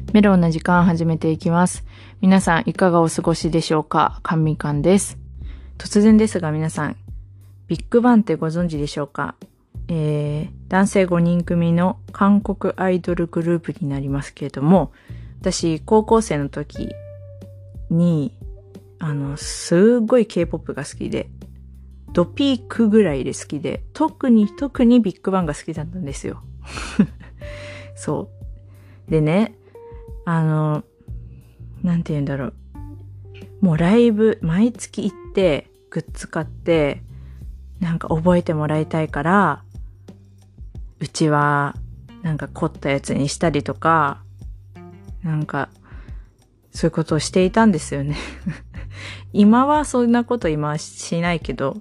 メロンな時間始めていきます。皆さんいかがお過ごしでしょうか？かんみかんです。突然ですが皆さん、ビッグバンってご存知でしょうか？男性5人組の韓国アイドルグループになりますけれども、私高校生の時にすごい K-POP が好きで、ドピークぐらいで好きで、特にビッグバンが好きだったんですよ。そう。でね、なんて言うんだろう。もうライブ、毎月行って、グッズ買って、なんか覚えてもらいたいから、うちは、なんか凝ったやつにしたりとか、なんか、そういうことをしていたんですよね。今はそんなこと今はしないけど、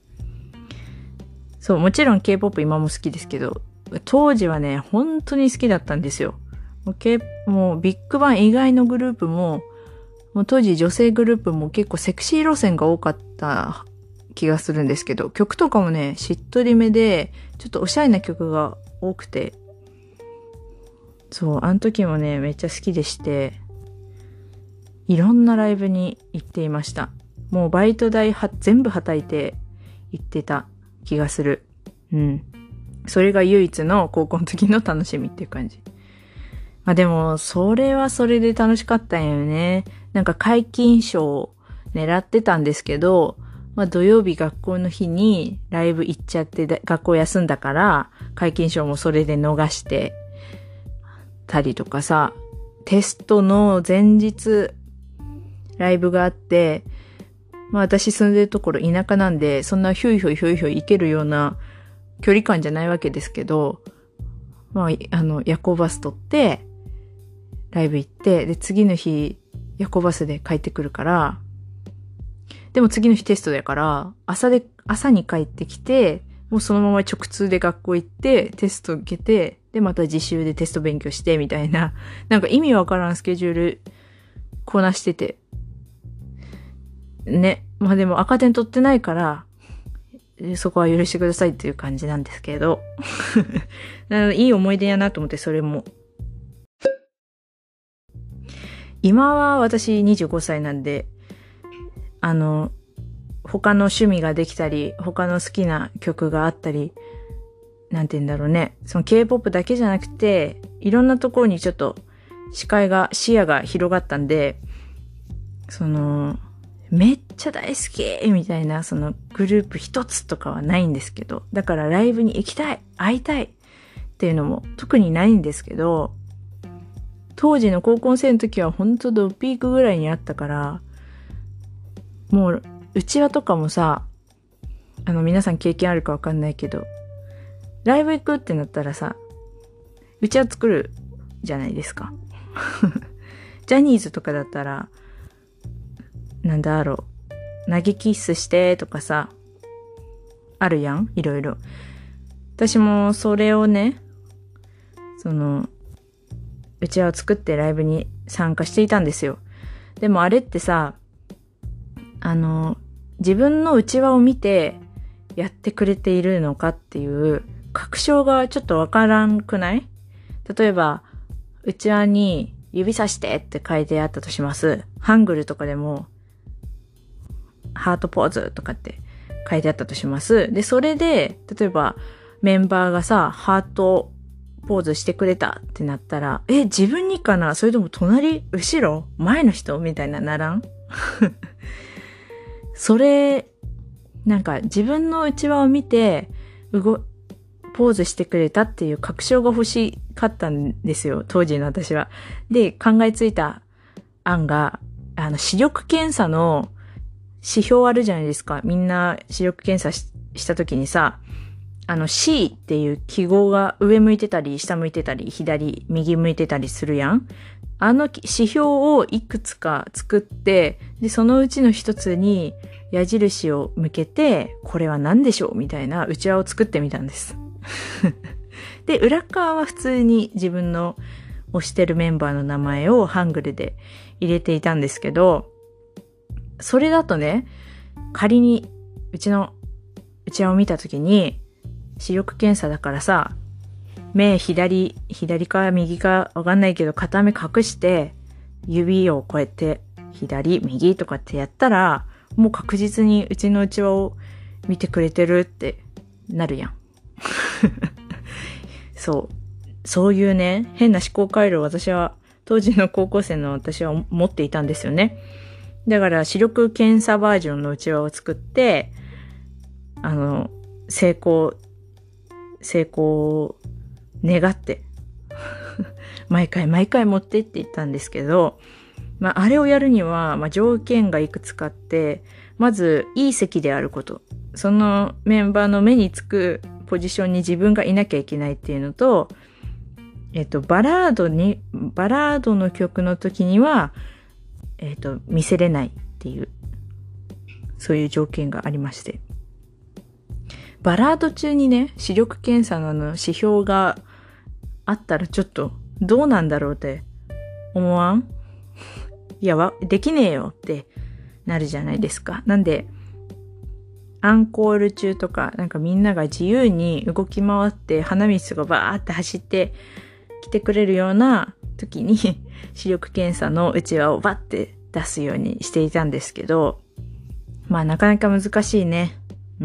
そう、もちろん K-POP 今も好きですけど、当時はね、本当に好きだったんですよ。もうビッグバン以外のグループも当時女性グループも結構セクシー路線が多かった気がするんですけど、曲とかもね、しっとりめで、ちょっとおしゃれな曲が多くて、そう、あの時もね、めっちゃ好きでして、いろんなライブに行っていました。もうバイト代全部はたいて行ってた気がする。うん。それが唯一の高校の時の楽しみっていう感じ。まあでも、それはそれで楽しかったんよね。なんか皆勤賞を狙ってたんですけど、まあ土曜日学校の日にライブ行っちゃって学校休んだから、皆勤賞もそれで逃してたりとかさ、テストの前日ライブがあって、まあ私住んでるところ田舎なんで、そんなひょい行けるような距離感じゃないわけですけど、まあ夜行バス取って、ライブ行って、で、次の日、夜行バスで帰ってくるから、でも次の日テストだから、朝に帰ってきて、もうそのまま直通で学校行って、テスト受けて、で、また自習でテスト勉強して、みたいな、なんか意味わからんスケジュール、こなしてて。ね。まあでも赤点取ってないから、そこは許してくださいっていう感じなんですけど。いい思い出やなと思って、それも。今は私25歳なんで、他の趣味ができたり、他の好きな曲があったり、なんて言うんだろうね。その K-POP だけじゃなくて、いろんなところにちょっと視野が広がったんで、めっちゃ大好きみたいな、そのグループ一つとかはないんですけど、だからライブに行きたい、会いたいっていうのも特にないんですけど、当時の高校生の時は本当ドピークぐらいにあったから、もう、うちわとかもさ、皆さん経験あるかわかんないけど、ライブ行くってなったらさ、うちわ作るじゃないですか。ジャニーズとかだったら、なんだろう、投げキッスしてとかさ、あるやん、いろいろ。私もそれをね、うちわを作ってライブに参加していたんですよ。でもあれってさ、自分のうちわを見てやってくれているのかっていう確証がちょっとわからんくない？例えば、うちわに指さしてって書いてあったとします。ハングルとかでも、ハートポーズとかって書いてあったとします。で、それで、例えばメンバーがさ、ハートポーズしてくれたってなったら、自分にかな？それとも後ろ前の人みたいなならん？それ、なんか自分の内輪を見て、ポーズしてくれたっていう確証が欲しかったんですよ、当時の私は。で、考えついた案が、視力検査の指標あるじゃないですか。みんな視力検査した時にさ、C っていう記号が上向いてたり、下向いてたり、右向いてたりするやん。指標をいくつか作って、で、そのうちの一つに矢印を向けて、これは何でしょうみたいな内輪を作ってみたんです。で、裏側は普通に自分の推してるメンバーの名前をハングルで入れていたんですけど、それだとね、仮にうちの内輪を見たときに、視力検査だからさ、 目左か右かわかんないけど片目隠して指をこうやって左、右とかってやったらもう確実にうちのうちわを見てくれてるってなるやん。そういうね、変な思考回路を当時の高校生の私は持っていたんですよね。だから視力検査バージョンのうちわを作って、成功を願って、毎回持ってって言ったんですけど、あれをやるには、条件がいくつかあって、まず、いい席であること。そのメンバーの目につくポジションに自分がいなきゃいけないっていうのと、バラードの曲の時には、見せれないっていう、そういう条件がありまして。バラード中にね、視力検査の指標があったらちょっとどうなんだろうって思わん？いや、できねえよってなるじゃないですか。なんで、アンコール中とか、なんかみんなが自由に動き回って花道がバーって走って来てくれるような時に視力検査のうちわをバッて出すようにしていたんですけど、なかなか難しいね。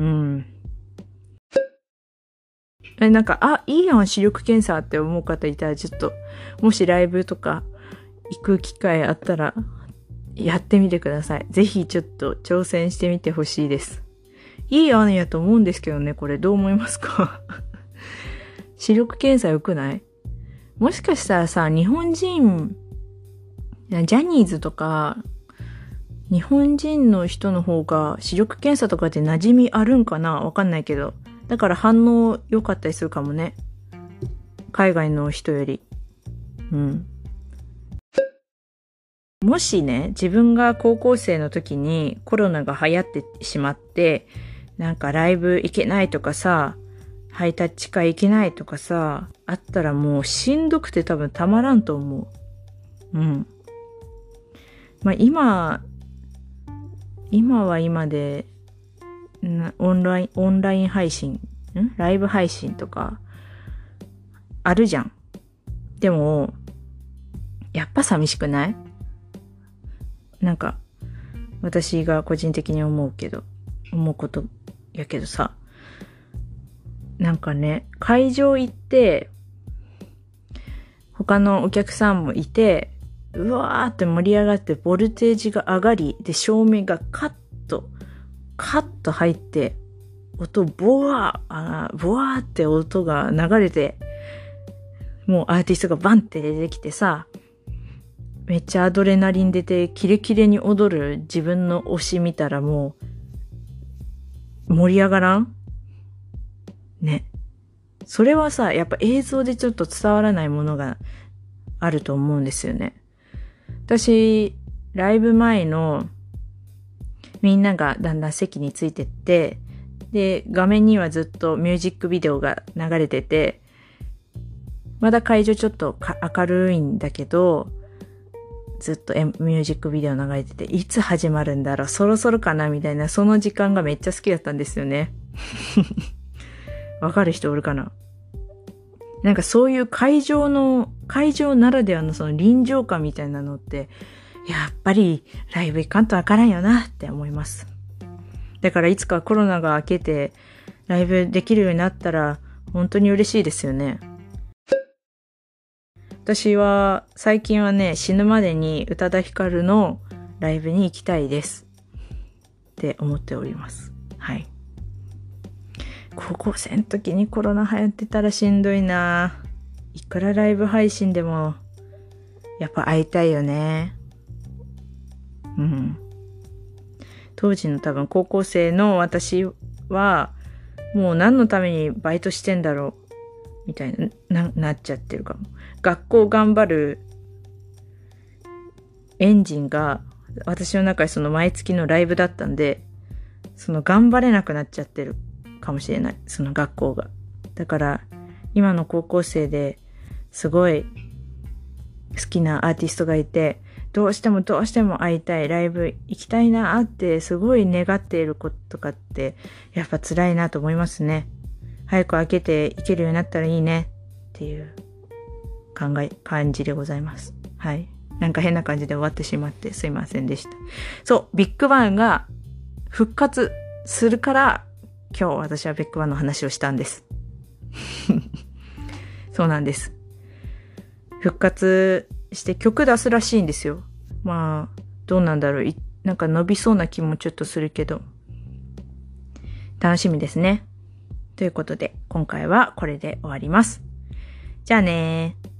なんか、いいやん、視力検査って思う方いたら、ちょっと、もしライブとか行く機会あったら、やってみてください。ぜひちょっと挑戦してみてほしいです。いい案やと思うんですけどね、これどう思いますか？視力検査良くない？もしかしたらさ、日本人、ジャニーズとか、日本人の人の方が視力検査とかって馴染みあるんかな？わかんないけど。だから反応良かったりするかもね。海外の人より。もしね、自分が高校生の時にコロナが流行ってしまって、なんかライブ行けないとかさ、ハイタッチ会行けないとかさ、あったらもうしんどくて多分たまらんと思う。今は今で、オンライン配信、ライブ配信とか、あるじゃん。でも、やっぱ寂しくない？なんか、私が個人的に思うことやけどさ、なんかね、会場行って、他のお客さんもいて、うわーって盛り上がって、ボルテージが上がり、で、照明がカッと入って、ボワーって音が流れて、もうアーティストがバンって出てきてさ、めっちゃアドレナリン出て、キレキレに踊る自分の推し見たらもう、盛り上がらん？ね。それはさ、やっぱ映像でちょっと伝わらないものがあると思うんですよね。私、ライブ前のみんながだんだん席についてって、で、画面にはずっとミュージックビデオが流れてて、まだ会場ちょっと明るいんだけど、ずっとミュージックビデオ流れてて、いつ始まるんだろう、そろそろかなみたいな、その時間がめっちゃ好きだったんですよね。わかる人おるかな？なんかそういう会場ならではのその臨場感みたいなのって、やっぱりライブ行かんとわからんよなって思います。だからいつかコロナが明けてライブできるようになったら本当に嬉しいですよね。私は最近はね、死ぬまでに宇多田ヒカルのライブに行きたいですって思っております。はい。高校生の時にコロナ流行ってたらしんどいな。いくらライブ配信でもやっぱ会いたいよね。当時の多分高校生の私はもう何のためにバイトしてんだろうみたいなっちゃってるかも。学校頑張るエンジンが私の中でその毎月のライブだったんで、その頑張れなくなっちゃってるかもしれない。その学校が。だから今の高校生ですごい好きなアーティストがいて、どうしても会いたい、ライブ行きたいなってすごい願っていることとかってやっぱ辛いなと思いますね。早く開けて行けるようになったらいいねってっていう感じでございます。はい。なんか変な感じで終わってしまってすいませんでした。そう、ビッグバンが復活するから、今日私はビッグバンの話をしたんです。そうなんです。復活して曲出すらしいんですよ。まあ、どうなんだろう。なんか伸びそうな気もちょっとするけど。楽しみですね。ということで、今回はこれで終わります。じゃあねー。